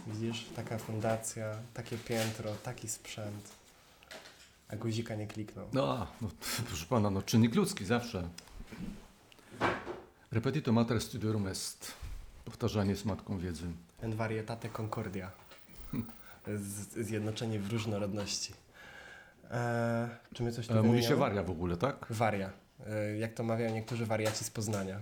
Widzisz, taka fundacja, takie piętro, taki sprzęt, a guzika nie kliknął. No, proszę pana, czynnik ludzki zawsze. Repetito mater studiorum est. Powtarzanie jest matką wiedzy. En varietate concordia. Zjednoczenie w różnorodności. Czy my coś tu Mówi się waria w ogóle, tak? Waria. Jak to mawiają niektórzy wariaci z Poznania.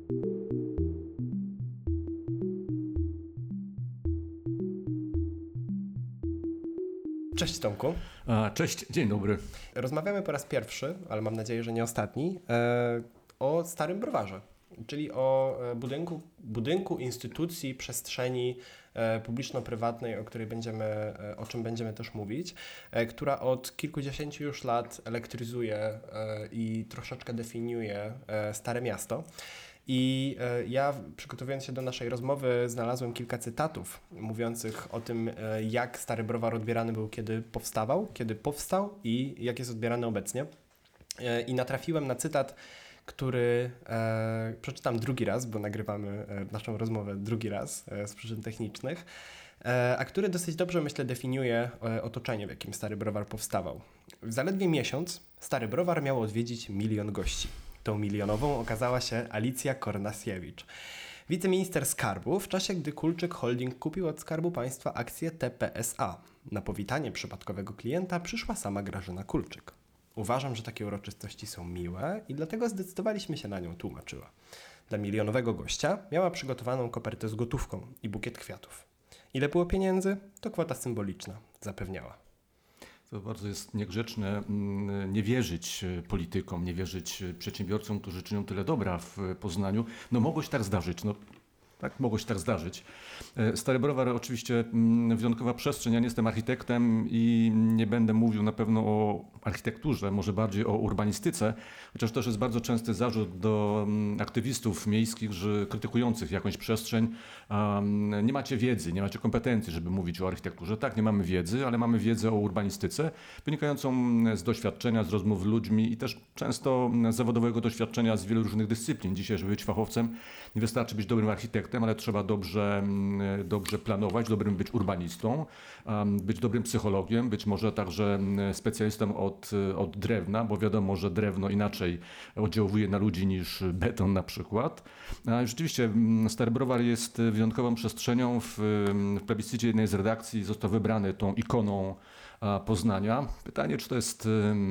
Cześć Tomku. Cześć, dzień dobry. Rozmawiamy po raz pierwszy, ale mam nadzieję, że nie ostatni, o Starym Browarze, czyli o budynku instytucji, przestrzeni publiczno-prywatnej, o czym będziemy też mówić, która od kilkudziesięciu już lat elektryzuje i troszeczkę definiuje Stare Miasto. I ja, przygotowując się do naszej rozmowy, znalazłem kilka cytatów mówiących o tym, jak Stary Browar odbierany był, kiedy powstał i jak jest odbierany obecnie. I natrafiłem na cytat, który przeczytam drugi raz, bo nagrywamy naszą rozmowę drugi raz z przyczyn technicznych, a który dosyć dobrze, myślę, definiuje otoczenie, w jakim Stary Browar powstawał. W zaledwie miesiąc Stary Browar miał odwiedzić 1 000 000 gości. Tą milionową okazała się Alicja Kornasiewicz, wiceminister skarbu, w czasie gdy Kulczyk Holding kupił od Skarbu Państwa akcje TPSA. Na powitanie przypadkowego klienta przyszła sama Grażyna Kulczyk. Uważam, że takie uroczystości są miłe i dlatego zdecydowaliśmy się na nią, tłumaczyła. Dla milionowego gościa miała przygotowaną kopertę z gotówką i bukiet kwiatów. Ile było pieniędzy? To kwota symboliczna, zapewniała. To bardzo jest niegrzeczne nie wierzyć politykom, nie wierzyć przedsiębiorcom, którzy czynią tyle dobra w Poznaniu. Mogło się tak zdarzyć. Tak, mogło się tak zdarzyć. Stary Browar oczywiście wyjątkowa przestrzeń. Ja nie jestem architektem i nie będę mówił na pewno o architekturze, może bardziej o urbanistyce, chociaż też jest bardzo częsty zarzut do aktywistów miejskich, że krytykujących jakąś przestrzeń, nie macie wiedzy, nie macie kompetencji, żeby mówić o architekturze. Tak, nie mamy wiedzy, ale mamy wiedzę o urbanistyce, wynikającą z doświadczenia, z rozmów z ludźmi i też często zawodowego doświadczenia z wielu różnych dyscyplin. Dzisiaj, żeby być fachowcem, nie wystarczy być dobrym architektem, ale trzeba dobrze planować, dobrym być urbanistą, być dobrym psychologiem, być może także specjalistą od drewna, bo wiadomo, że drewno inaczej oddziałuje na ludzi niż beton na przykład. Rzeczywiście Stary Browar jest wyjątkową przestrzenią. W plebiscycie jednej z redakcji został wybrany tą ikoną Poznania. Pytanie, czy to jest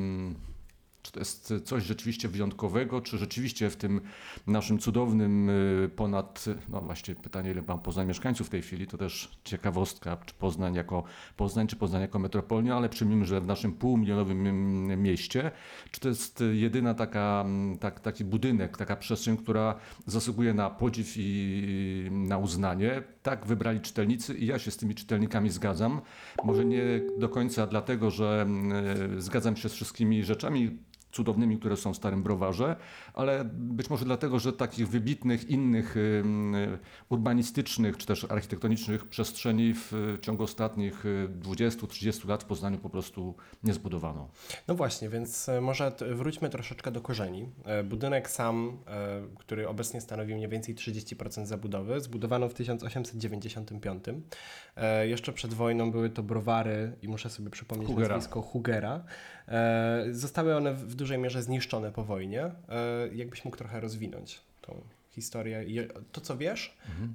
coś rzeczywiście wyjątkowego, czy rzeczywiście w tym naszym cudownym właśnie pytanie, ile mam Poznań mieszkańców w tej chwili, to też ciekawostka, czy Poznań jako metropolia, ale przyjmijmy, że w naszym półmilionowym mieście, czy to jest jedyna taki budynek, taka przestrzeń, która zasługuje na podziw i na uznanie. Tak wybrali czytelnicy i ja się z tymi czytelnikami zgadzam. Może nie do końca dlatego, że zgadzam się z wszystkimi rzeczami cudownymi, które są w Starym Browarze, ale być może dlatego, że takich wybitnych innych urbanistycznych czy też architektonicznych przestrzeni w ciągu ostatnich 20-30 lat w Poznaniu po prostu nie zbudowano. No właśnie, więc może wróćmy troszeczkę do korzeni. Budynek sam, który obecnie stanowi mniej więcej 30% zabudowy, zbudowano w 1895. Jeszcze przed wojną były to browary i muszę sobie przypomnieć nazwisko Hugera. Zostały one w dużej mierze zniszczone po wojnie. Jakbyś mógł trochę rozwinąć tą historię, to co wiesz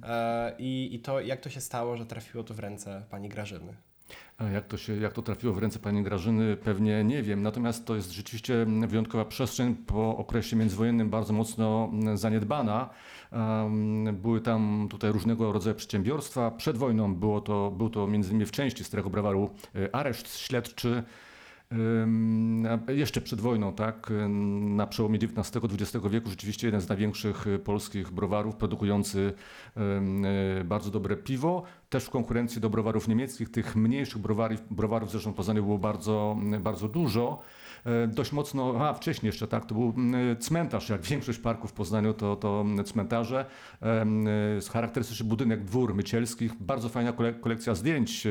i to jak to się stało, że trafiło to w ręce pani Grażyny. Jak to trafiło w ręce pani Grażyny, pewnie nie wiem. Natomiast to jest rzeczywiście wyjątkowa przestrzeń, po okresie międzywojennym bardzo mocno zaniedbana. Były tam tutaj różnego rodzaju przedsiębiorstwa. Przed wojną był to między innymi w części Starego Browaru areszt śledczy. Jeszcze przed wojną, tak, na przełomie XIX-XX wieku rzeczywiście jeden z największych polskich browarów, produkujący bardzo dobre piwo, też w konkurencji do browarów niemieckich. Tych mniejszych browarów zresztą w Poznaniu było bardzo, bardzo dużo. Dość mocno, wcześniej jeszcze tak, to był cmentarz, jak większość parków w Poznaniu to cmentarze. Charakterystyczny budynek dwór Mycielskich, bardzo fajna kolekcja zdjęć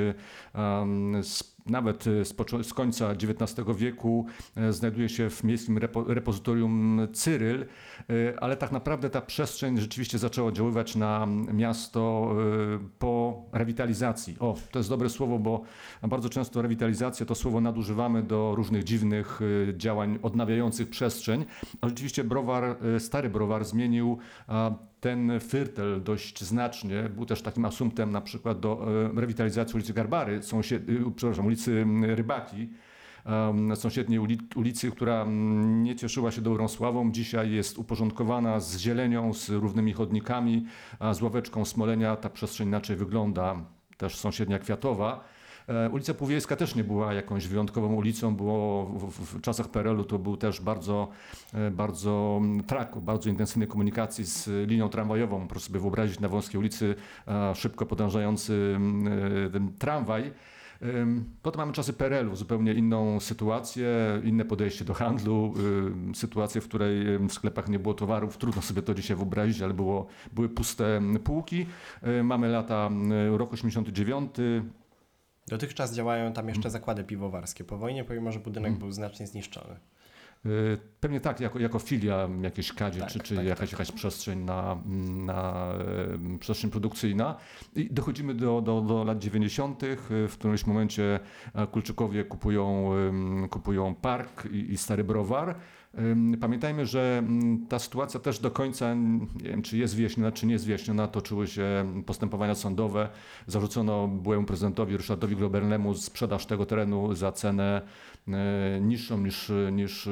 nawet z końca XIX wieku znajduje się w miejskim repozytorium Cyryl, ale tak naprawdę ta przestrzeń rzeczywiście zaczęła oddziaływać na miasto po rewitalizacji. O, to jest dobre słowo, bo bardzo często rewitalizacja to słowo nadużywamy do różnych dziwnych działań odnawiających przestrzeń, a rzeczywiście stary browar zmienił ten firtel dość znacznie. Był też takim asumptem na przykład do rewitalizacji ulicy Garbary, ulicy Rybaki, sąsiedniej ulicy, która nie cieszyła się dobrą sławą. Dzisiaj jest uporządkowana z zielenią, z równymi chodnikami, z ławeczką Smolenia. Ta przestrzeń inaczej wygląda. Też sąsiednia Kwiatowa. Ulica Półwiejska też nie była jakąś wyjątkową ulicą, było w czasach PRL-u to był też bardzo bardzo intensywnej komunikacji z linią tramwajową. Proszę sobie wyobrazić na wąskiej ulicy szybko podążający tramwaj. Potem mamy czasy PRL-u, zupełnie inną sytuację, inne podejście do handlu, sytuację, w której w sklepach nie było towarów. Trudno sobie to dzisiaj wyobrazić, ale były puste półki. Mamy rok 89. Dotychczas działają tam jeszcze zakłady piwowarskie. Po wojnie, pomimo że budynek był znacznie zniszczony. Pewnie tak, jako filia jakiejś Kadzie, czy jakaś przestrzeń na przestrzeń produkcyjna. I dochodzimy do lat 90. W którymś momencie Kulczykowie kupują park i stary browar. Pamiętajmy, że ta sytuacja też do końca, nie wiem, czy jest wyjaśniona, czy nie jest wyjaśniona, toczyły się postępowania sądowe. Zarzucono byłemu prezydentowi Ryszardowi Grobernemu sprzedaż tego terenu za cenę niższą niż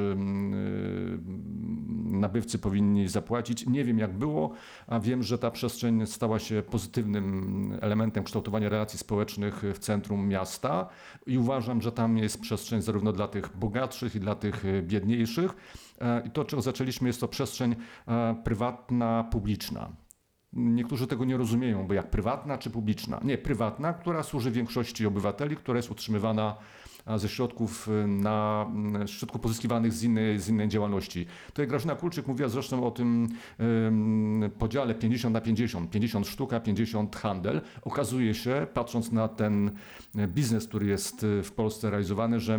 nabywcy powinni zapłacić. Nie wiem jak było, a wiem, że ta przestrzeń stała się pozytywnym elementem kształtowania relacji społecznych w centrum miasta i uważam, że tam jest przestrzeń zarówno dla tych bogatszych i dla tych biedniejszych. I to, czego zaczęliśmy, jest to przestrzeń prywatna, publiczna. Niektórzy tego nie rozumieją, bo jak prywatna czy publiczna? Nie, prywatna, która służy większości obywateli, która jest utrzymywana ze środków pozyskiwanych z innej działalności. Tutaj Grażyna Kulczyk mówiła zresztą o tym podziale 50/50, 50 sztuka, 50 handel. Okazuje się, patrząc na ten biznes, który jest w Polsce realizowany, że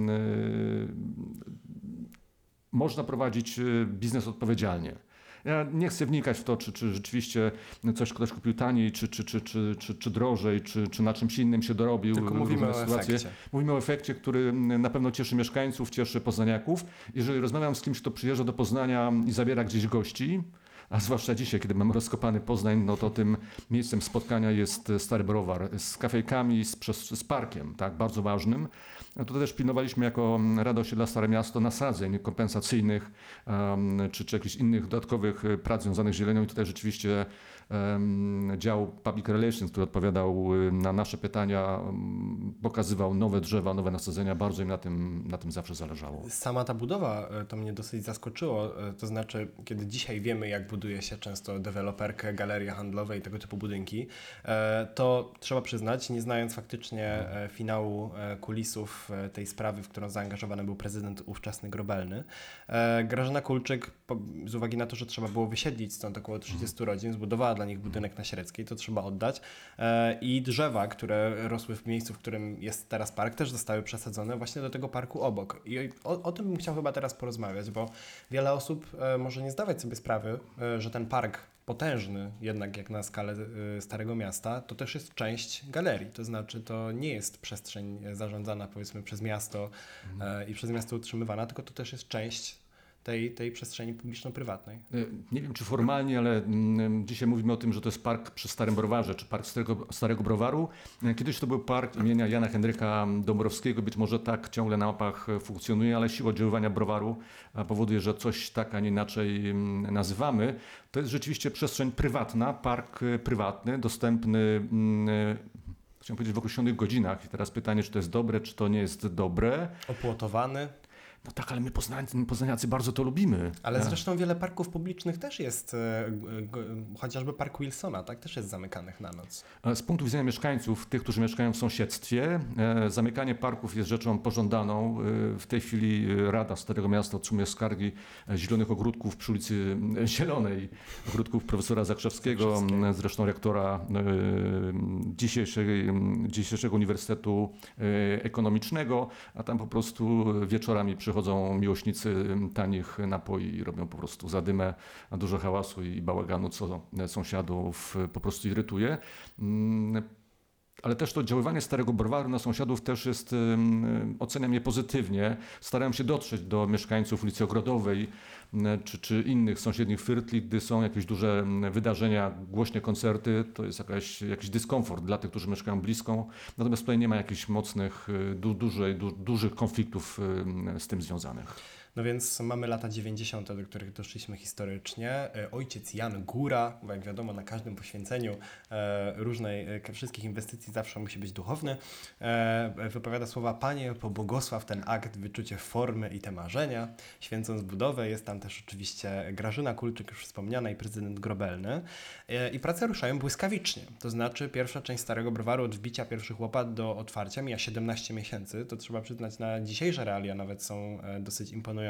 można prowadzić biznes odpowiedzialnie. Ja nie chcę wnikać w to, czy rzeczywiście coś ktoś kupił taniej, czy drożej, czy na czymś innym się dorobił. Tylko mówimy o efekcie. Mówimy o efekcie, który na pewno cieszy mieszkańców, cieszy poznaniaków. Jeżeli rozmawiam z kimś, kto przyjeżdża do Poznania i zabiera gdzieś gości, a zwłaszcza dzisiaj, kiedy mamy rozkopany Poznań, no to tym miejscem spotkania jest stary browar z kafejkami, z parkiem, tak, bardzo ważnym. To też pilnowaliśmy jako Rada Osiedla Stare Miasto nasadzeń kompensacyjnych czy jakichś innych dodatkowych prac związanych z zielenią i tutaj rzeczywiście dział Public Relations, który odpowiadał na nasze pytania, pokazywał nowe drzewa, nowe nasadzenia, bardzo im na tym zawsze zależało. Sama ta budowa to mnie dosyć zaskoczyło, to znaczy kiedy dzisiaj wiemy jak buduje się często deweloperkę, galerie handlowe i tego typu budynki, to trzeba przyznać, nie znając faktycznie finału kulisów tej sprawy, w którą zaangażowany był prezydent ówczesny Grobelny, Grażyna Kulczyk z uwagi na to, że trzeba było wysiedlić stąd około 30 rodzin, zbudowała dla nich budynek na Siereckiej, to trzeba oddać. I drzewa, które rosły w miejscu, w którym jest teraz park, też zostały przesadzone właśnie do tego parku obok. I o tym bym chciał chyba teraz porozmawiać, bo wiele osób może nie zdawać sobie sprawy, że ten park potężny, jednak jak na skalę Starego Miasta, to też jest część galerii. To znaczy to nie jest przestrzeń zarządzana powiedzmy przez miasto i przez miasto utrzymywana, tylko to też jest część tej przestrzeni publiczno-prywatnej. Nie wiem, czy formalnie, ale dzisiaj mówimy o tym, że to jest park przy Starym Browarze, czy park Starego Browaru. Kiedyś to był park imienia Jana Henryka Dąbrowskiego, być może tak ciągle na mapach funkcjonuje, ale siła oddziaływania browaru powoduje, że coś tak, a nie inaczej nazywamy. To jest rzeczywiście przestrzeń prywatna, park prywatny, dostępny chciałem powiedzieć w określonych godzinach. I teraz pytanie, czy to jest dobre, czy to nie jest dobre. Opłotowany. No tak, ale my poznaniacy bardzo to lubimy. Ale zresztą wiele parków publicznych też jest, chociażby park Wilsona, tak, też jest zamykanych na noc. Z punktu widzenia mieszkańców, tych, którzy mieszkają w sąsiedztwie, zamykanie parków jest rzeczą pożądaną. W tej chwili Rada Starego Miasta otrzymuje skargi zielonych ogródków przy ulicy Zielonej, ogródków profesora Zakrzewskiego, zresztą rektora dzisiejszego Uniwersytetu Ekonomicznego, a tam po prostu wieczorami przychodzą miłośnicy tanich napoi i robią po prostu zadymę, dużo hałasu i bałaganu, co sąsiadów po prostu irytuje. Ale też to oddziaływanie Starego Browaru na sąsiadów też jest, oceniam je pozytywnie. Starałem się dotrzeć do mieszkańców ulicy Ogrodowej czy innych sąsiednich Firtli, gdy są jakieś duże wydarzenia, głośne koncerty, to jest jakiś dyskomfort dla tych, którzy mieszkają blisko. Natomiast tutaj nie ma jakichś mocnych, dużych konfliktów z tym związanych. No więc mamy lata 90., do których doszliśmy historycznie. Ojciec Jan Góra, bo jak wiadomo na każdym poświęceniu wszystkich inwestycji zawsze musi być duchowny, wypowiada słowa: Panie, pobłogosław ten akt, wyczucie formy i te marzenia, święcąc budowę. Jest tam też oczywiście Grażyna Kulczyk, już wspomniana, i prezydent Grobelny. I prace ruszają błyskawicznie. To znaczy pierwsza część Starego Browaru od wbicia pierwszych łopat do otwarcia mija 17 miesięcy. To trzeba przyznać, na dzisiejsze realia nawet są dosyć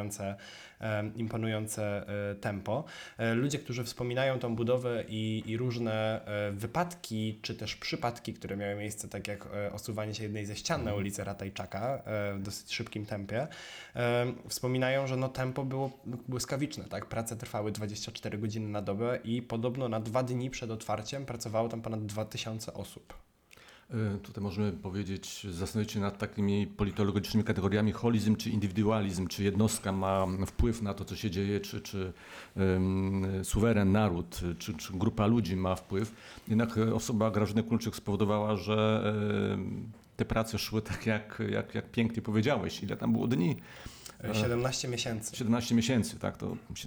imponujące tempo. Ludzie, którzy wspominają tą budowę i różne wypadki, czy też przypadki, które miały miejsce, tak jak osuwanie się jednej ze ścian na ulicy Ratajczaka w dosyć szybkim tempie, wspominają, że tempo było błyskawiczne. Tak? Prace trwały 24 godziny na dobę i podobno na 2 dni przed otwarciem pracowało tam ponad 2000 osób. Tutaj możemy powiedzieć, zastanowić się nad takimi politologicznymi kategoriami: holizm czy indywidualizm, czy jednostka ma wpływ na to, co się dzieje, czy suweren, naród, czy grupa ludzi ma wpływ. Jednak osoba Grażyny Kulczyk spowodowała, że te prace szły tak, jak pięknie powiedziałeś. Ile tam było dni? 17 miesięcy. 17 miesięcy, tak,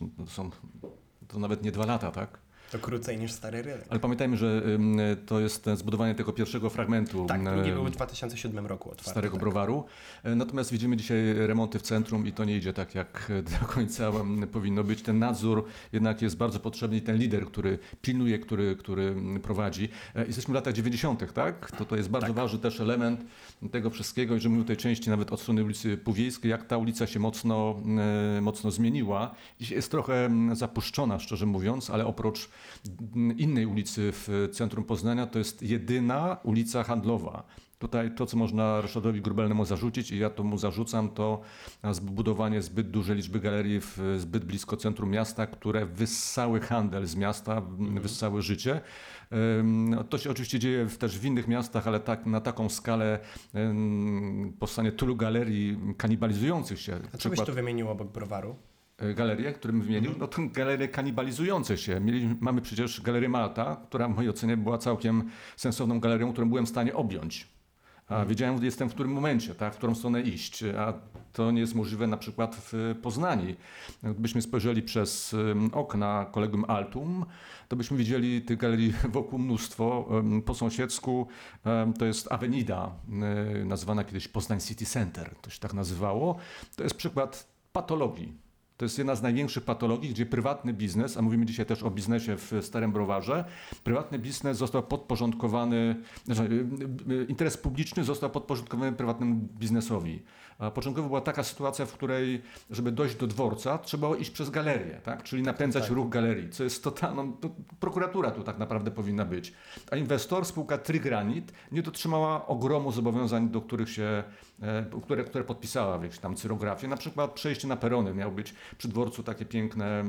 to nawet nie 2 lata, tak? To krócej niż Stary Rynek. Ale pamiętajmy, że to jest zbudowanie tego pierwszego fragmentu. Tak, drugi był w 2007 roku otwarty. Starego tak. Browaru. Natomiast widzimy dzisiaj remonty w centrum i to nie idzie tak, jak do końca powinno być. Ten nadzór jednak jest bardzo potrzebny i ten lider, który pilnuje, który prowadzi. Jesteśmy w latach 90., tak? To jest bardzo ważny też element tego wszystkiego, i że mówimy o tej części nawet od strony ulicy Półwiejskiej, jak ta ulica się mocno zmieniła. Dzisiaj jest trochę zapuszczona, szczerze mówiąc, ale oprócz innej ulicy w centrum Poznania to jest jedyna ulica handlowa. Tutaj to, co można Ryszardowi Grubelnemu zarzucić, i ja to mu zarzucam, to zbudowanie zbyt dużej liczby galerii zbyt blisko centrum miasta, które wyssały handel z miasta, wyssały życie. To się oczywiście dzieje też w innych miastach, ale tak, na taką skalę powstanie tylu galerii kanibalizujących się. A co byś tu wymienił obok browaru? Galerię, którym wymienił, no to galerie kanibalizujące się. Mamy przecież Galerię Malta, która w mojej ocenie była całkiem sensowną galerią, którą byłem w stanie objąć. A wiedziałem, jestem w którym momencie, tak, w którą stronę iść, a to nie jest możliwe na przykład w Poznaniu. Gdybyśmy spojrzeli przez okna Collegium Altum, to byśmy widzieli tych galerii wokół mnóstwo. Po sąsiedzku to jest Avenida, nazwana kiedyś Poznań City Center, to się tak nazywało. To jest przykład patologii. To jest jedna z największych patologii, gdzie prywatny biznes, a mówimy dzisiaj też o biznesie w Starym Browarze, prywatny biznes został podporządkowany, interes publiczny został podporządkowany prywatnemu biznesowi. A początkowo była taka sytuacja, w której, żeby dojść do dworca, trzeba było iść przez galerię, tak? Czyli napędzać ruch galerii, co jest totalną, prokuratura tu tak naprawdę powinna być. A inwestor, spółka Trigranit, nie dotrzymała ogromu zobowiązań, do których które podpisała w jakiejś tam cyrografii. Na przykład przejście na perony miało być przy dworcu takie piękne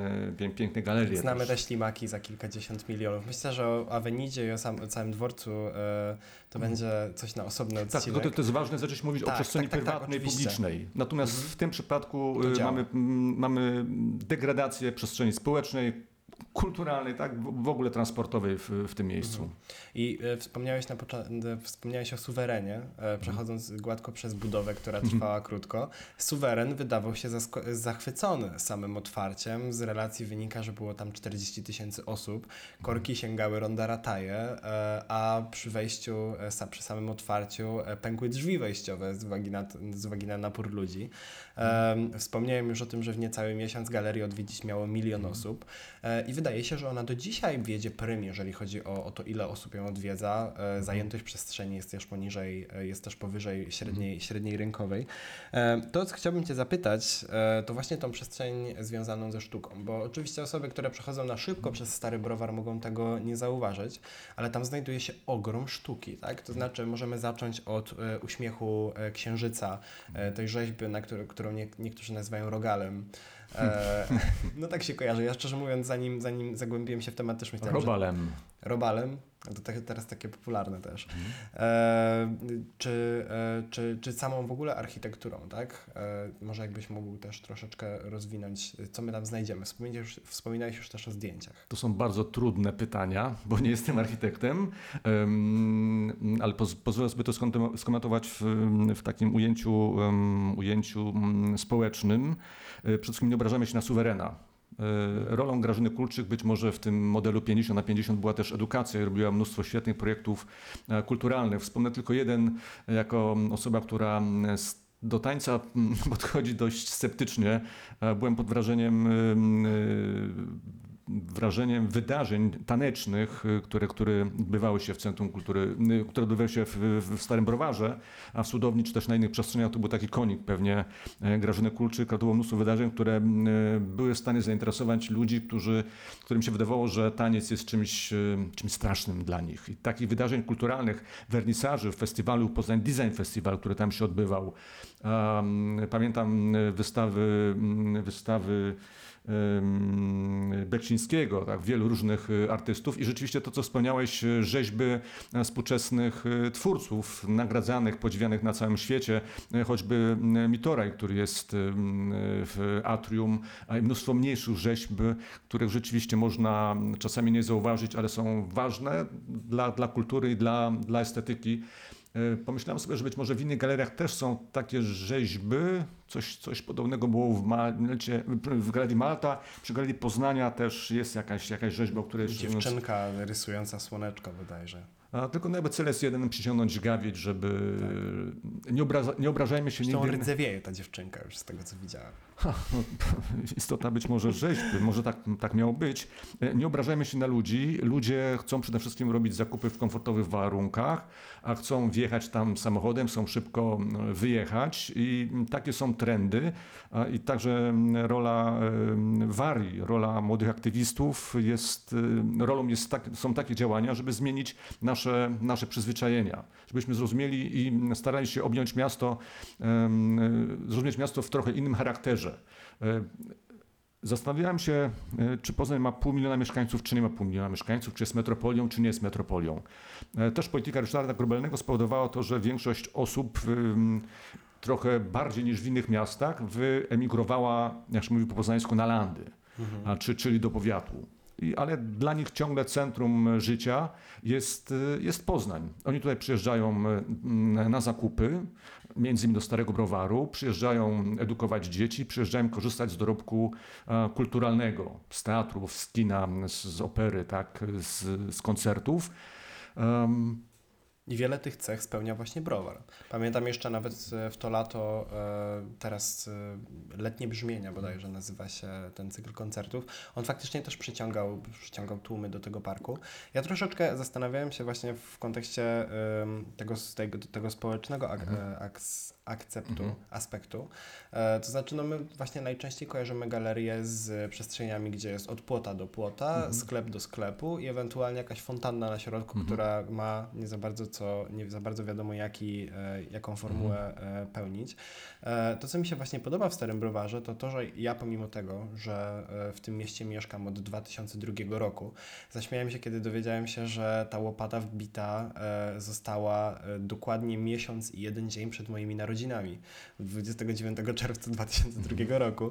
galerie. Znamy te ślimaki za kilkadziesiąt milionów. Myślę, że o Avenidzie i o całym dworcu to będzie coś na osobny odcinek. Tak, tylko to jest ważne, zacząć mówić o przestrzeni prywatnej, publicznej. Natomiast w tym przypadku mamy degradację przestrzeni społecznej, kulturalnej, tak, w ogóle transportowej w tym miejscu. I wspomniałeś o suwerenie, przechodząc gładko przez budowę, która trwała krótko. Suweren wydawał się zachwycony samym otwarciem. Z relacji wynika, że było tam 40 000 osób. Korki sięgały ronda Rataje, a przy samym otwarciu pękły drzwi wejściowe z uwagi na napór ludzi. Wspomniałem już o tym, że w niecały miesiąc galerię odwiedzić miało 1 000 000 osób. I wydaje się, że ona do dzisiaj wiedzie prym, jeżeli chodzi o to, ile osób ją odwiedza. Zajętość przestrzeni jest też powyżej średniej rynkowej. To, co chciałbym Cię zapytać, to właśnie tą przestrzeń związaną ze sztuką, bo oczywiście osoby, które przechodzą na szybko przez Stary Browar, mogą tego nie zauważyć, ale tam znajduje się ogrom sztuki, tak? To znaczy możemy zacząć od uśmiechu księżyca, tej rzeźby, którą niektórzy nazywają rogalem. No tak się kojarzy. Ja szczerze mówiąc, zanim zagłębiłem się w temat, też myślałem, Robalem. robalem, to teraz takie popularne też, czy samą w ogóle architekturą, tak? Może jakbyś mógł też troszeczkę rozwinąć, co my tam znajdziemy. Wspominałeś już też o zdjęciach. To są bardzo trudne pytania, bo nie jestem architektem, ale pozwolę sobie to skomentować w takim ujęciu społecznym. Przede wszystkim nie obrażamy się na suwerena. Rolą Grażyny Kulczyk być może w tym modelu 50/50 była też edukacja i robiła mnóstwo świetnych projektów kulturalnych. Wspomnę tylko jeden, jako osoba, która do tańca podchodzi dość sceptycznie. Byłem pod wrażeniem wydarzeń tanecznych, które odbywały się w Centrum Kultury, które odbywały się w Starym Browarze, a w Cudowni czy też na innych przestrzeniach to był taki konik pewnie Grażyny Kulczyk, a to było mnóstwo wydarzeń, które były w stanie zainteresować ludzi, którym się wydawało, że taniec jest czymś strasznym dla nich. I takich wydarzeń kulturalnych, wernisaży, festiwalu Poznań Design Festival, który tam się odbywał. Pamiętam wystawy Beksińskiego, tak, wielu różnych artystów i rzeczywiście to, co wspomniałeś, rzeźby współczesnych twórców nagradzanych, podziwianych na całym świecie, choćby Mitoraj, który jest w atrium, a i mnóstwo mniejszych rzeźb, których rzeczywiście można czasami nie zauważyć, ale są ważne dla kultury i dla estetyki. Pomyślałem sobie, że być może w innych galeriach też są takie rzeźby, coś podobnego było w Galerii Malta, przy Galerii Poznania też jest jakaś rzeźba, o której... Dziewczynka rysująca słoneczko bodajże. Tylko jakby cel jest jeden, przyciągnąć gawieć, żeby... Tak. Nie obrażajmy się nigdy... nigdy... rdzewieje ta dziewczynka już z tego, co widziałem. Istota być może rzeźby, może tak miało być. Nie obrażajmy się na ludzi. Ludzie chcą przede wszystkim robić zakupy w komfortowych warunkach, a chcą wjechać tam samochodem, chcą szybko wyjechać i takie są trendy. I także rola warii, rola młodych aktywistów są takie działania, żeby zmienić nasze przyzwyczajenia, żebyśmy zrozumieli i starali się zrozumieć miasto w trochę innym charakterze. Zastanawiałem się, czy Poznań ma 500 000 mieszkańców, czy nie ma 500 000 mieszkańców, czy jest metropolią, czy nie jest metropolią. Też polityka Ryszarda Grobelnego spowodowała to, że większość osób trochę bardziej niż w innych miastach wyemigrowała, jak się mówi po poznańsku, na landy, czyli do powiatu. Ale dla nich ciągle centrum życia jest Poznań. Oni tutaj przyjeżdżają na zakupy, między innymi do Starego Browaru, przyjeżdżają edukować dzieci, przyjeżdżają korzystać z dorobku kulturalnego, z teatrów, z kina, z opery, tak, z koncertów. I wiele tych cech spełnia właśnie browar. Pamiętam jeszcze nawet w to lato, teraz Letnie Brzmienia bodajże nazywa się ten cykl koncertów. On faktycznie też przyciągał tłumy do tego parku. Ja troszeczkę zastanawiałem się właśnie w kontekście tego społecznego aspektu. To znaczy, my właśnie najczęściej kojarzymy galerię z przestrzeniami, gdzie jest od płota do płota, sklep do sklepu i ewentualnie jakaś fontanna na środku, która ma nie za bardzo wiadomo jaką formułę pełnić. To, co mi się właśnie podoba w Starym Browarze, to, że ja pomimo tego, że w tym mieście mieszkam od 2002 roku, zaśmiałem się, kiedy dowiedziałem się, że ta łopata wbita została dokładnie miesiąc i 1 dzień przed moimi narodzinami, 29 czerwca 2002 roku.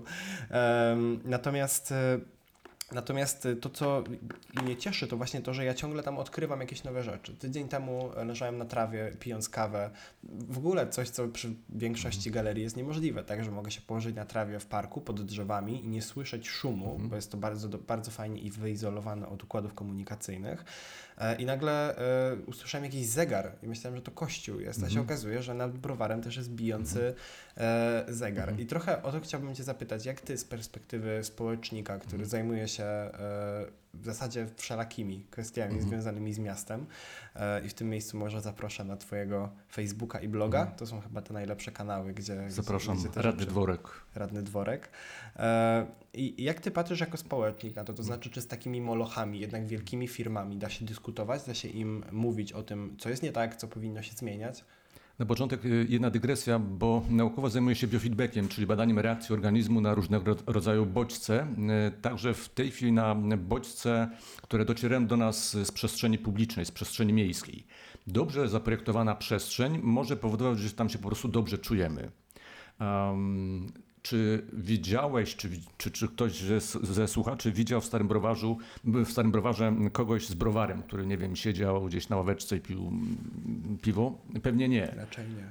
Natomiast to, co mnie cieszy, to właśnie to, że ja ciągle tam odkrywam jakieś nowe rzeczy. Tydzień temu leżałem na trawie, pijąc kawę. W ogóle coś, co przy większości galerii jest niemożliwe, tak, że mogę się położyć na trawie w parku pod drzewami i nie słyszeć szumu, bo jest to bardzo, bardzo fajnie i wyizolowane od układów komunikacyjnych. I nagle usłyszałem jakiś zegar i myślałem, że to kościół jest, a się okazuje, że nad browarem też jest bijący zegar. I trochę o to chciałbym Cię zapytać, jak Ty z perspektywy społecznika, który zajmuje się w zasadzie wszelakimi kwestiami związanymi z miastem i w tym miejscu może zaproszę na Twojego Facebooka i bloga, to są chyba te najlepsze kanały, gdzie... Zapraszam, gdzie Radny Dworek. Radny Dworek. I jak Ty patrzysz jako społecznik na to znaczy, czy z takimi molochami, jednak wielkimi firmami da się dyskutować, da się im mówić o tym, co jest nie tak, co powinno się zmieniać? Na początek jedna dygresja, bo naukowo zajmuję się biofeedbackiem, czyli badaniem reakcji organizmu na różnego rodzaju bodźce. Także w tej chwili na bodźce, które docierają do nas z przestrzeni publicznej, z przestrzeni miejskiej. Dobrze zaprojektowana przestrzeń może powodować, że tam się po prostu dobrze czujemy. Czy widziałeś, czy ktoś ze słuchaczy widział w Starym Browarze kogoś z browarem, który, nie wiem, siedział gdzieś na ławeczce i pił piwo? Pewnie nie. Raczej nie.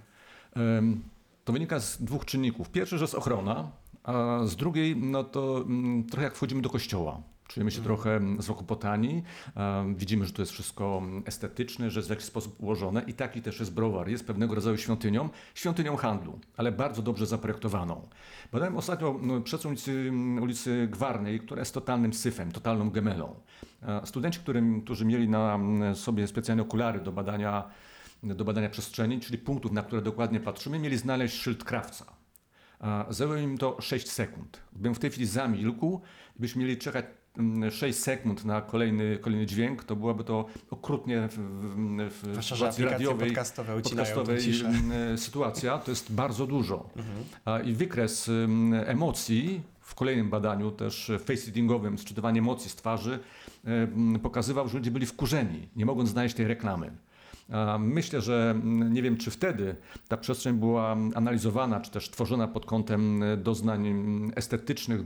To wynika z dwóch czynników. Pierwszy, że jest ochrona, a z drugiej, no to trochę jak wchodzimy do kościoła. Czujemy się trochę zakłopotani, widzimy, że to jest wszystko estetyczne, że jest w jakiś sposób ułożone i taki też jest browar. Jest pewnego rodzaju świątynią handlu, ale bardzo dobrze zaprojektowaną. Badałem ostatnio przestrzeń ulicy Gwarnej, która jest totalnym syfem, totalną gemelą. Studenci, którzy mieli na sobie specjalne okulary do badania przestrzeni, czyli punktów, na które dokładnie patrzymy, mieli znaleźć szyld krawca. Zajęło im to 6 sekund. Gdybym w tej chwili zamilkł, byśmy mieli czekać 6 sekund na kolejny dźwięk, to byłaby to okrutnie w sytuacji radiowej, podcastowej sytuacja. To jest bardzo dużo. I wykres emocji w kolejnym badaniu, też face-readingowym, sczytywanie emocji z twarzy, pokazywał, że ludzie byli wkurzeni, nie mogąc znaleźć tej reklamy. Myślę, że nie wiem, czy wtedy ta przestrzeń była analizowana, czy też tworzona pod kątem doznań estetycznych,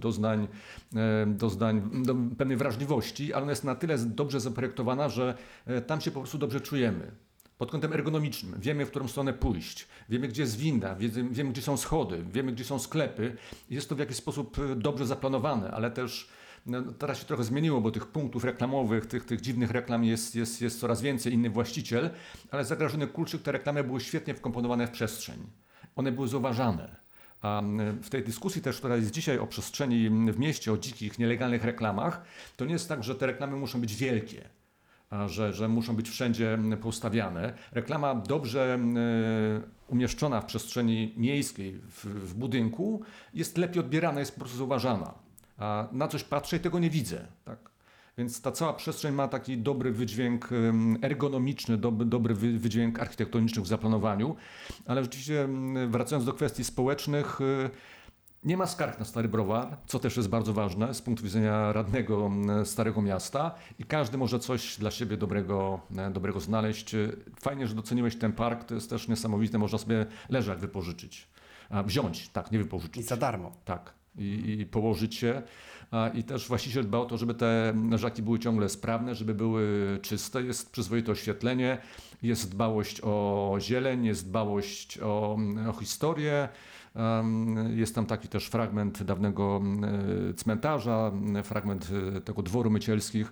doznań pewnej wrażliwości, ale ona jest na tyle dobrze zaprojektowana, że tam się po prostu dobrze czujemy. Pod kątem ergonomicznym. Wiemy, w którą stronę pójść. Wiemy, gdzie jest winda. Wiemy, gdzie są schody. Wiemy, gdzie są sklepy. Jest to w jakiś sposób dobrze zaplanowane, ale też teraz się trochę zmieniło, bo tych punktów reklamowych, tych dziwnych reklam jest coraz więcej, inny właściciel, ale za Grażyny Kulczyk te reklamy były świetnie wkomponowane w przestrzeń. One były zauważane. A w tej dyskusji też, która jest dzisiaj o przestrzeni w mieście, o dzikich, nielegalnych reklamach, to nie jest tak, że te reklamy muszą być wielkie, że muszą być wszędzie poustawiane. Reklama dobrze umieszczona w przestrzeni miejskiej, w budynku, jest lepiej odbierana, jest po prostu zauważana. A na coś patrzę i tego nie widzę. Tak? Więc ta cała przestrzeń ma taki dobry wydźwięk ergonomiczny, dobry wydźwięk architektoniczny w zaplanowaniu, ale rzeczywiście wracając do kwestii społecznych, nie ma skarg na Stary Browar, co też jest bardzo ważne z punktu widzenia radnego Starego Miasta i każdy może coś dla siebie dobrego znaleźć. Fajnie, że doceniłeś ten park, to jest też niesamowite, można sobie leżak wypożyczyć. Wziąć, tak, nie wypożyczyć. I za darmo. Tak. I położyć się. I też właściciel dba o to, żeby te leżaki były ciągle sprawne, żeby były czyste. Jest przyzwoite oświetlenie, jest dbałość o zieleń, jest dbałość o historię. Jest tam taki też fragment dawnego cmentarza, fragment tego dworu mycielskich.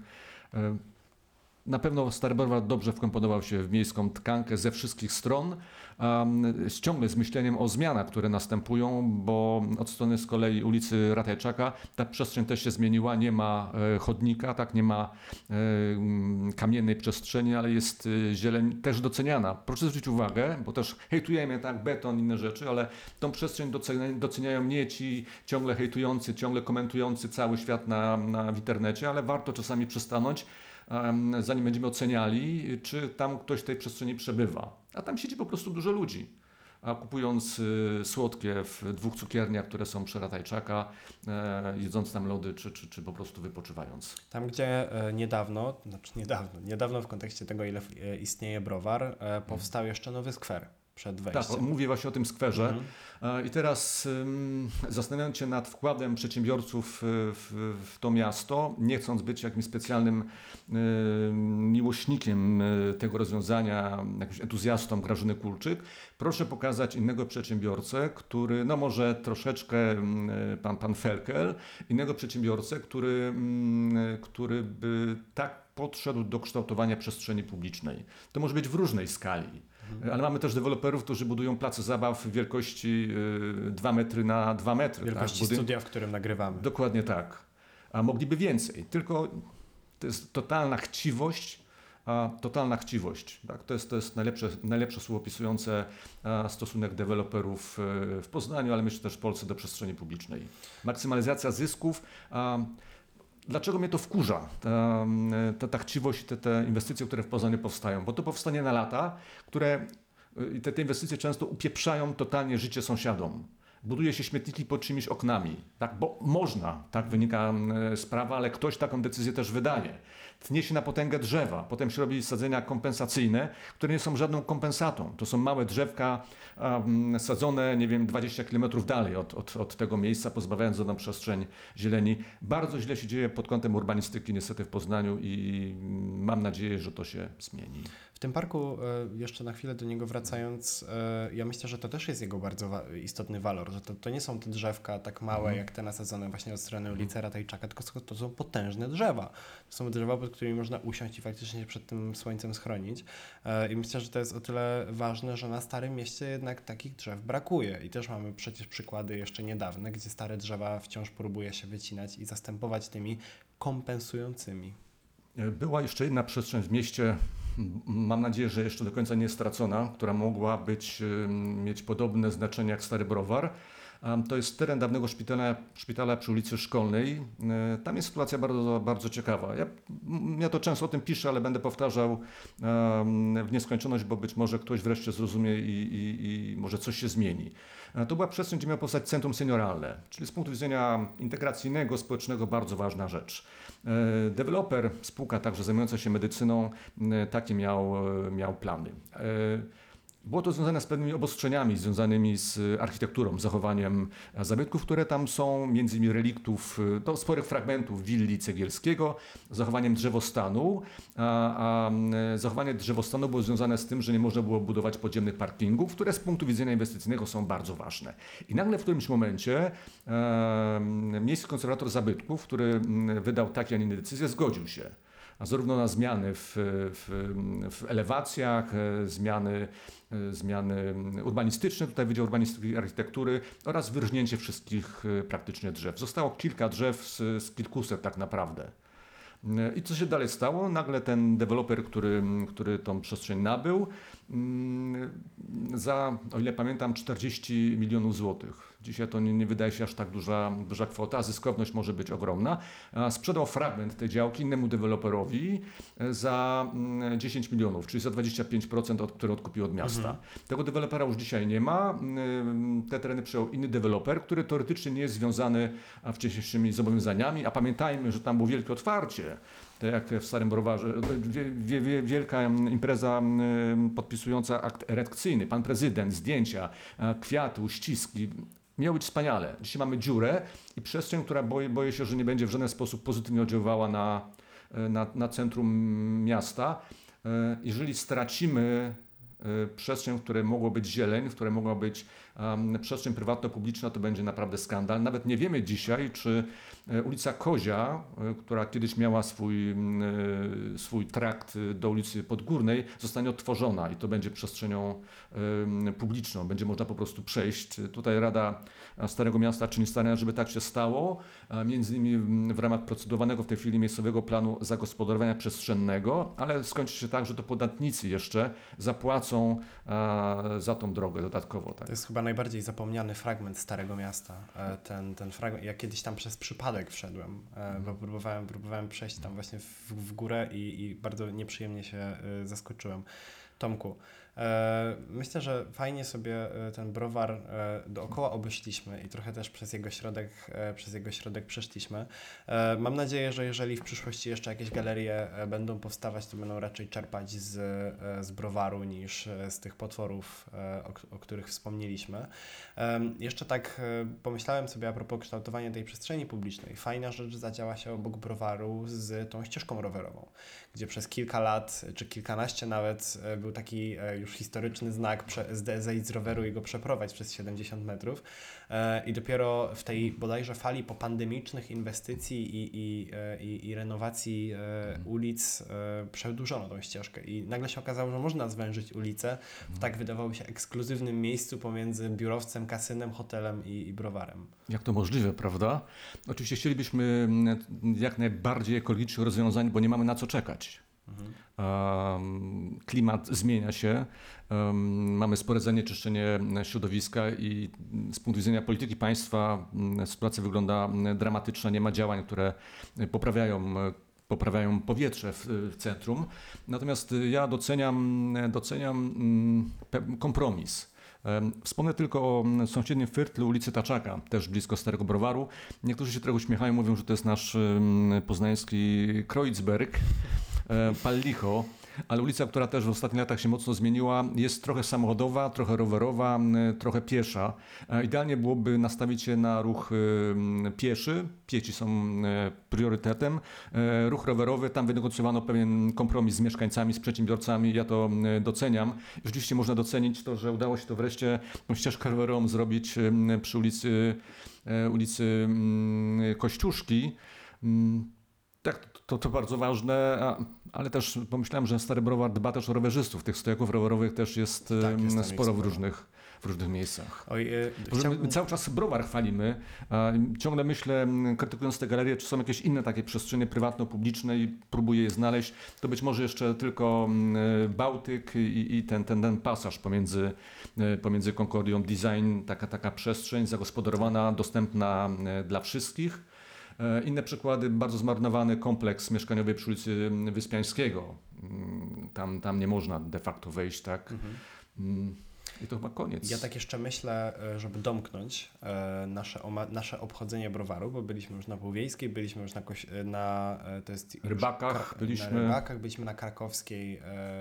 Na pewno Stary Browar dobrze wkomponował się w miejską tkankę ze wszystkich stron, ciągle z myśleniem o zmianach, które następują, bo od strony z kolei ulicy Ratajczaka ta przestrzeń też się zmieniła, nie ma chodnika, tak, nie ma kamiennej przestrzeni, ale jest zieleń też doceniana. Proszę zwrócić uwagę, bo też hejtujemy tak beton, inne rzeczy, ale tą przestrzeń doceniają nie ci ciągle hejtujący, ciągle komentujący cały świat w internecie, ale warto czasami przystanąć, zanim będziemy oceniali, czy tam ktoś w tej przestrzeni przebywa. A tam siedzi po prostu dużo ludzi. A kupując słodkie w 2 cukierniach, które są przy Ratajczaka, jedząc tam lody, czy po prostu wypoczywając. Tam, gdzie niedawno w kontekście tego, ile istnieje browar, powstał jeszcze nowy skwer przed wejściem. Tak, mówię właśnie o tym skwerze. I teraz zastanawiając się nad wkładem przedsiębiorców w to miasto, nie chcąc być jakimś specjalnym miłośnikiem tego rozwiązania, jakimś entuzjastą Grażyny Kulczyk, proszę pokazać innego przedsiębiorcę, który, no może troszeczkę pan Felkel, innego przedsiębiorcę, który by tak podszedł do kształtowania przestrzeni publicznej. To może być w różnej skali. Ale mamy też deweloperów, którzy budują place zabaw wielkości 2 metry na 2 metry. Wielkości studia, w którym nagrywamy. Dokładnie tak. A mogliby więcej. Tylko to jest totalna chciwość. Tak? To jest najlepsze słowo opisujące stosunek deweloperów w Poznaniu, ale myślę też w Polsce do przestrzeni publicznej. Maksymalizacja zysków. Dlaczego mnie to wkurza, ta chciwość i te inwestycje, które w Poznaniu powstają? Bo to powstanie na lata, które i te inwestycje często upieprzają totalnie życie sąsiadom. Buduje się śmietniki pod czyimiś oknami, tak, bo można, tak wynika z prawa, ale ktoś taką decyzję też wydaje. Tnie się na potęgę drzewa, potem się robi sadzenia kompensacyjne, które nie są żadną kompensatą. To są małe drzewka sadzone, nie wiem, 20 km dalej od tego miejsca, pozbawiając daną przestrzeń zieleni. Bardzo źle się dzieje pod kątem urbanistyki niestety w Poznaniu i mam nadzieję, że to się zmieni. W tym parku, jeszcze na chwilę do niego wracając, ja myślę, że to też jest jego bardzo istotny walor, że to nie są te drzewka tak małe jak te nasadzone właśnie od strony ulicy Ratajczaka, tylko to są potężne drzewa. To są drzewa, pod którymi można usiąść i faktycznie się przed tym słońcem schronić. I myślę, że to jest o tyle ważne, że na Starym Mieście jednak takich drzew brakuje. I też mamy przecież przykłady jeszcze niedawne, gdzie stare drzewa wciąż próbuje się wycinać i zastępować tymi kompensującymi. Była jeszcze jedna przestrzeń w mieście, mam nadzieję, że jeszcze do końca nie stracona, która mogła mieć podobne znaczenie jak Stary Browar. To jest teren dawnego szpitala przy ulicy Szkolnej. Tam jest sytuacja bardzo, bardzo ciekawa. Ja to często o tym piszę, ale będę powtarzał w nieskończoność, bo być może ktoś wreszcie zrozumie i może coś się zmieni. To była przestrzeń, gdzie miało powstać centrum senioralne, czyli z punktu widzenia integracyjnego, społecznego bardzo ważna rzecz. Deweloper, spółka także zajmująca się medycyną, takie miał plany. Było to związane z pewnymi obostrzeniami związanymi z architekturą, zachowaniem zabytków, które tam są, między innymi reliktów, sporych fragmentów willi Cegielskiego, zachowaniem drzewostanu, a zachowanie drzewostanu było związane z tym, że nie można było budować podziemnych parkingów, które z punktu widzenia inwestycyjnego są bardzo ważne. I nagle w którymś momencie miejski konserwator zabytków, który wydał takie, a nie inne decyzje, zgodził się. A zarówno na zmiany w elewacjach, zmiany urbanistyczne, tutaj Wydział Urbanistyki i Architektury oraz wyrżnięcie wszystkich praktycznie drzew. Zostało kilka drzew z kilkuset tak naprawdę. I co się dalej stało? Nagle ten deweloper, który tą przestrzeń nabył, za, o ile pamiętam, 40 milionów złotych. Dzisiaj to nie wydaje się aż tak duża kwota, a zyskowność może być ogromna. Sprzedał fragment tej działki innemu deweloperowi za 10 milionów, czyli za 25%, który odkupił od miasta. Tego dewelopera już dzisiaj nie ma. Te tereny przejął inny deweloper, który teoretycznie nie jest związany wcześniejszymi zobowiązaniami, a pamiętajmy, że tam było wielkie otwarcie. Tak jak w Starym Browarze, wielka impreza podpisująca akt erekcyjny, pan prezydent, zdjęcia, kwiaty, uściski. Miało być wspaniale. Dzisiaj mamy dziurę i przestrzeń, która boję się, że nie będzie w żaden sposób pozytywnie oddziaływała na centrum miasta. Jeżeli stracimy przestrzeń, w której mogło być zieleń, w której mogła być przestrzeń prywatno-publiczna, to będzie naprawdę skandal. Nawet nie wiemy dzisiaj, czy ulica Kozia, która kiedyś miała swój trakt do ulicy Podgórnej, zostanie odtworzona i to będzie przestrzenią publiczną. Będzie można po prostu przejść. Tutaj Rada Starego Miasta czyni starania, żeby tak się stało. Między innymi w ramach procedowanego w tej chwili miejscowego planu zagospodarowania przestrzennego, ale skończy się tak, że to podatnicy jeszcze zapłacą za tą drogę dodatkowo. Tak. To jest chyba najbardziej zapomniany fragment Starego Miasta. Ten fragment, ja kiedyś tam przez przypadek wszedłem, bo próbowałem przejść tam właśnie w górę i bardzo nieprzyjemnie się zaskoczyłem. Tomku, myślę, że fajnie sobie ten browar dookoła obeszliśmy i trochę też przez jego środek przeszliśmy. Mam nadzieję, że jeżeli w przyszłości jeszcze jakieś galerie będą powstawać, to będą raczej czerpać z browaru niż z tych potworów, o których wspomnieliśmy. Jeszcze tak pomyślałem sobie a propos kształtowania tej przestrzeni publicznej. Fajna rzecz zadziała się obok browaru z tą ścieżką rowerową, gdzie przez kilka lat, czy kilkanaście nawet, był taki już historyczny znak zejść z roweru i go przeprowadzić przez 70 metrów. I dopiero w tej bodajże fali popandemicznych inwestycji i renowacji ulic przedłużono tą ścieżkę. I nagle się okazało, że można zwężyć ulicę w tak wydawało się ekskluzywnym miejscu pomiędzy biurowcem, kasynem, hotelem i browarem. Jak to możliwe, prawda? Oczywiście chcielibyśmy jak najbardziej ekologicznych rozwiązań, bo nie mamy na co czekać. Klimat zmienia się, mamy spore zanieczyszczenie środowiska i z punktu widzenia polityki państwa sytuacja wygląda dramatyczna, nie ma działań, które poprawiają poprawiają powietrze w centrum. Natomiast ja doceniam kompromis. Wspomnę tylko o sąsiednim Firtlu, ulicy Taczaka, też blisko Starego Browaru. Niektórzy się trochę uśmiechają, mówią, że to jest nasz poznański Kreuzberg, Pal licho. Ale ulica, która też w ostatnich latach się mocno zmieniła, jest trochę samochodowa, trochę rowerowa, trochę piesza. Idealnie byłoby nastawić się na ruch pieszy. Piesi są priorytetem. Ruch rowerowy, tam wynegocjowano pewien kompromis z mieszkańcami, z przedsiębiorcami. Ja to doceniam. I rzeczywiście można docenić to, że udało się to wreszcie tą ścieżkę rowerową zrobić przy ulicy Kościuszki. Tak, to bardzo ważne, ale też pomyślałem, że Stary Browar dba też o rowerzystów. Tych stojaków rowerowych też jest sporo w różnych miejscach. Oj, My cały czas browar chwalimy. Ciągle myślę, krytykując te galerie, czy są jakieś inne takie przestrzenie prywatno-publiczne i próbuję je znaleźć. To być może jeszcze tylko Bałtyk i ten pasaż pomiędzy Concordią. Design, taka przestrzeń zagospodarowana, dostępna dla wszystkich. Inne przykłady, bardzo zmarnowany kompleks mieszkaniowy przy ulicy Wyspiańskiego. Tam nie można de facto wejść, tak? I to chyba koniec. Ja tak jeszcze myślę, żeby domknąć nasze obchodzenie browaru, bo byliśmy już na Półwiejskiej, byliśmy już na to jest Rybakach byliśmy. Na Rybakach, byliśmy na Krakowskiej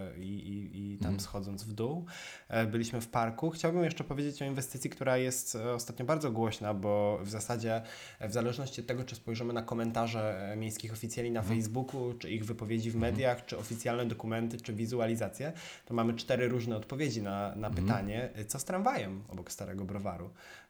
i tam schodząc w dół. Byliśmy w parku. Chciałbym jeszcze powiedzieć o inwestycji, która jest ostatnio bardzo głośna, bo w zasadzie w zależności od tego, czy spojrzymy na komentarze miejskich oficjali na Facebooku, czy ich wypowiedzi w mediach, czy oficjalne dokumenty, czy wizualizacje, to mamy 4 różne odpowiedzi na pytanie, co z tramwajem obok Starego Browaru.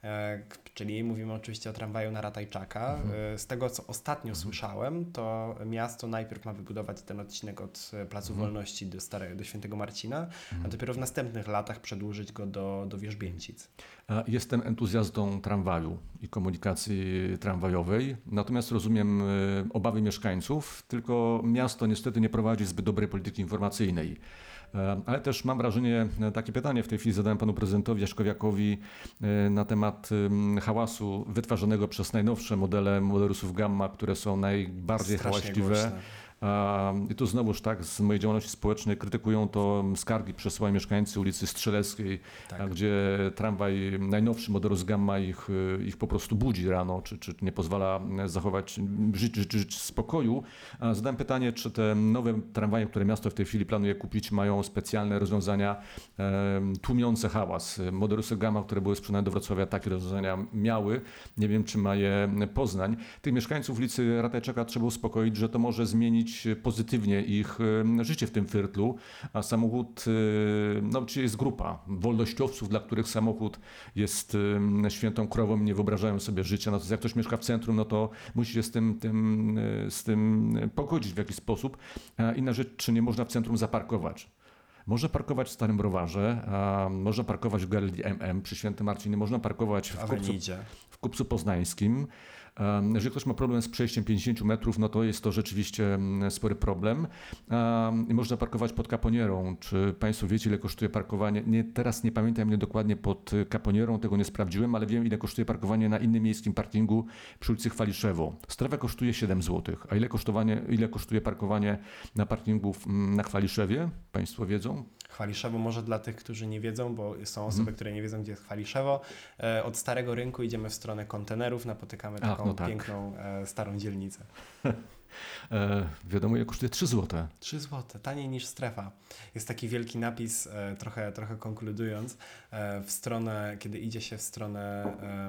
Czyli mówimy oczywiście o tramwaju na Ratajczaka. Z tego, co ostatnio słyszałem, to miasto najpierw ma wybudować ten odcinek od Placu Wolności do Świętego Marcina, a dopiero w następnych latach przedłużyć go do Wierzbięcic. Jestem entuzjastą tramwaju i komunikacji tramwajowej, natomiast rozumiem obawy mieszkańców, tylko miasto niestety nie prowadzi zbyt dobrej polityki informacyjnej. Ale też mam wrażenie, takie pytanie w tej chwili zadałem panu prezydentowi Jaśkowiakowi na temat hałasu wytwarzanego przez najnowsze modele Moderusów Gamma, które są najbardziej hałaśliwe. Głośne. I tu znowuż tak, z mojej działalności społecznej krytykują to skargi przesyłają mieszkańcy ulicy Strzeleckiej, gdzie tramwaj najnowszy Moderus Gamma ich po prostu budzi rano, czy nie pozwala żyć w spokoju. Zadałem pytanie, czy te nowe tramwaje, które miasto w tej chwili planuje kupić, mają specjalne rozwiązania tłumiące hałas. Moderusy Gamma, które były sprzedane do Wrocławia, takie rozwiązania miały. Nie wiem, czy ma je Poznań. Tych mieszkańców ulicy Ratajczaka trzeba uspokoić, że to może zmienić pozytywnie ich życie w tym Firtlu, a samochód, czy jest grupa wolnościowców, dla których samochód jest świętą krową i nie wyobrażają sobie życia. Natomiast jak ktoś mieszka w centrum, no to musi się z tym pogodzić w jakiś sposób. Inna rzecz, czy nie można w centrum zaparkować. Można parkować w Starym Browarze, można parkować w Galerii MM przy Świętym Marcinie, można parkować w Kupcu Poznańskim. Jeżeli ktoś ma problem z przejściem 50 metrów, no to jest to rzeczywiście spory problem. I można parkować pod Kaponierą. Czy Państwo wiecie, ile kosztuje parkowanie? Teraz nie pamiętam ile dokładnie pod Kaponierą, tego nie sprawdziłem, ale wiem, ile kosztuje parkowanie na innym miejskim parkingu przy ulicy Chwaliszewo. Strefa kosztuje 7 zł. A ile kosztuje parkowanie na parkingu na Chwaliszewie? Państwo wiedzą? Chwaliszewo może dla tych, którzy nie wiedzą, bo są osoby, które nie wiedzą, gdzie jest Chwaliszewo. Od Starego Rynku idziemy w stronę kontenerów, napotykamy taką piękną, starą dzielnicę. Wiadomo, ile kosztuje 3 zł. 3 zł, taniej niż strefa. Jest taki wielki napis, trochę konkludując, kiedy idzie się w stronę...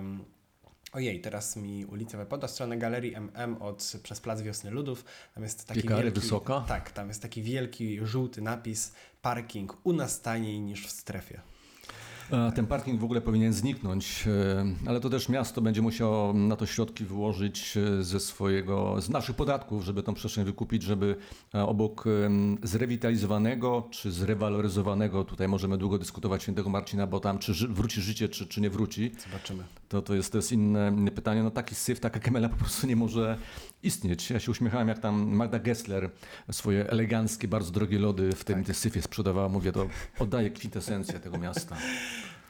teraz mi ulica wypada, w stronę Galerii MM przez Plac Wiosny Ludów. Tam jest taki wysoka? Tak, tam jest taki wielki, żółty napis parking u nas taniej niż w strefie. Ten parking w ogóle powinien zniknąć, ale to też miasto będzie musiało na to środki wyłożyć z naszych podatków, żeby tą przestrzeń wykupić, żeby obok zrewitalizowanego czy zrewaloryzowanego, tutaj możemy długo dyskutować Świętego Marcina, bo tam czy wróci życie, czy nie wróci. Zobaczymy. To jest inne pytanie. No taki syf, taka kemela po prostu nie może istnieć. Ja się uśmiechałem, jak tam Magda Gessler swoje eleganckie, bardzo drogie lody w tym syfie sprzedawała. Mówię, to oddaje kwintesencję tego miasta.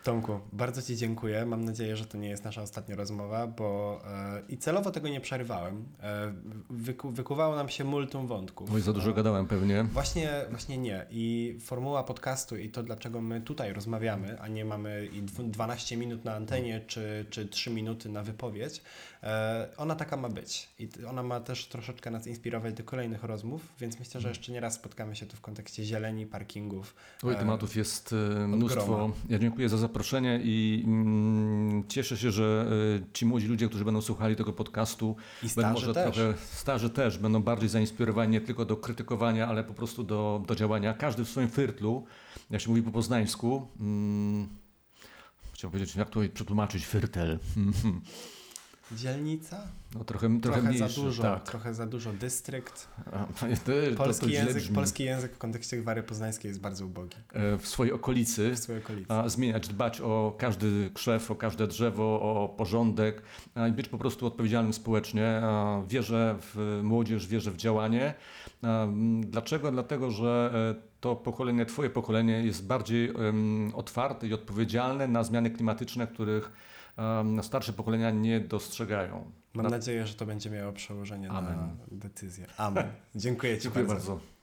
Tomku, bardzo Ci dziękuję. Mam nadzieję, że to nie jest nasza ostatnia rozmowa, bo i celowo tego nie przerywałem. Wykuwało nam się multum wątków. Oj, za dużo gadałem pewnie. Właśnie nie. I formuła podcastu i to, dlaczego my tutaj rozmawiamy, a nie mamy i 12 minut na antenie czy 3 minuty na wypowiedź, ona taka ma być. I ona ma też troszeczkę nas inspirować do kolejnych rozmów, więc myślę, że jeszcze nie raz spotkamy się tu w kontekście zieleni, parkingów. Oj, tematów jest mnóstwo. groma. Ja dziękuję za zaproszenie i cieszę się, że ci młodzi ludzie, którzy będą słuchali tego podcastu, I będą starzy może też. trochę starzy też, będą bardziej zainspirowani nie tylko do krytykowania, ale po prostu do działania. Każdy w swoim fyrtlu, jak się mówi po poznańsku, chciałbym powiedzieć, jak to przetłumaczyć, fyrtel. Dzielnica? No, trochę Trochę mniejszy, za dużo, tak. trochę za dużo. Dystrykt. Polski Polski język w kontekście Gwary Poznańskiej jest bardzo ubogi. w swojej okolicy, W swojej okolicy. zmieniać, dbać o każdy krzew, o każde drzewo, o porządek i być po prostu odpowiedzialnym społecznie. Wierzę w młodzież, wierzę w działanie. Dlaczego? Dlatego, że to pokolenie, twoje pokolenie jest bardziej otwarte i odpowiedzialne na zmiany klimatyczne, których starsze pokolenia nie dostrzegają. Mam nadzieję, że to będzie miało przełożenie Amen. na decyzję. Amen. Dziękuję Ci Dziękuję bardzo.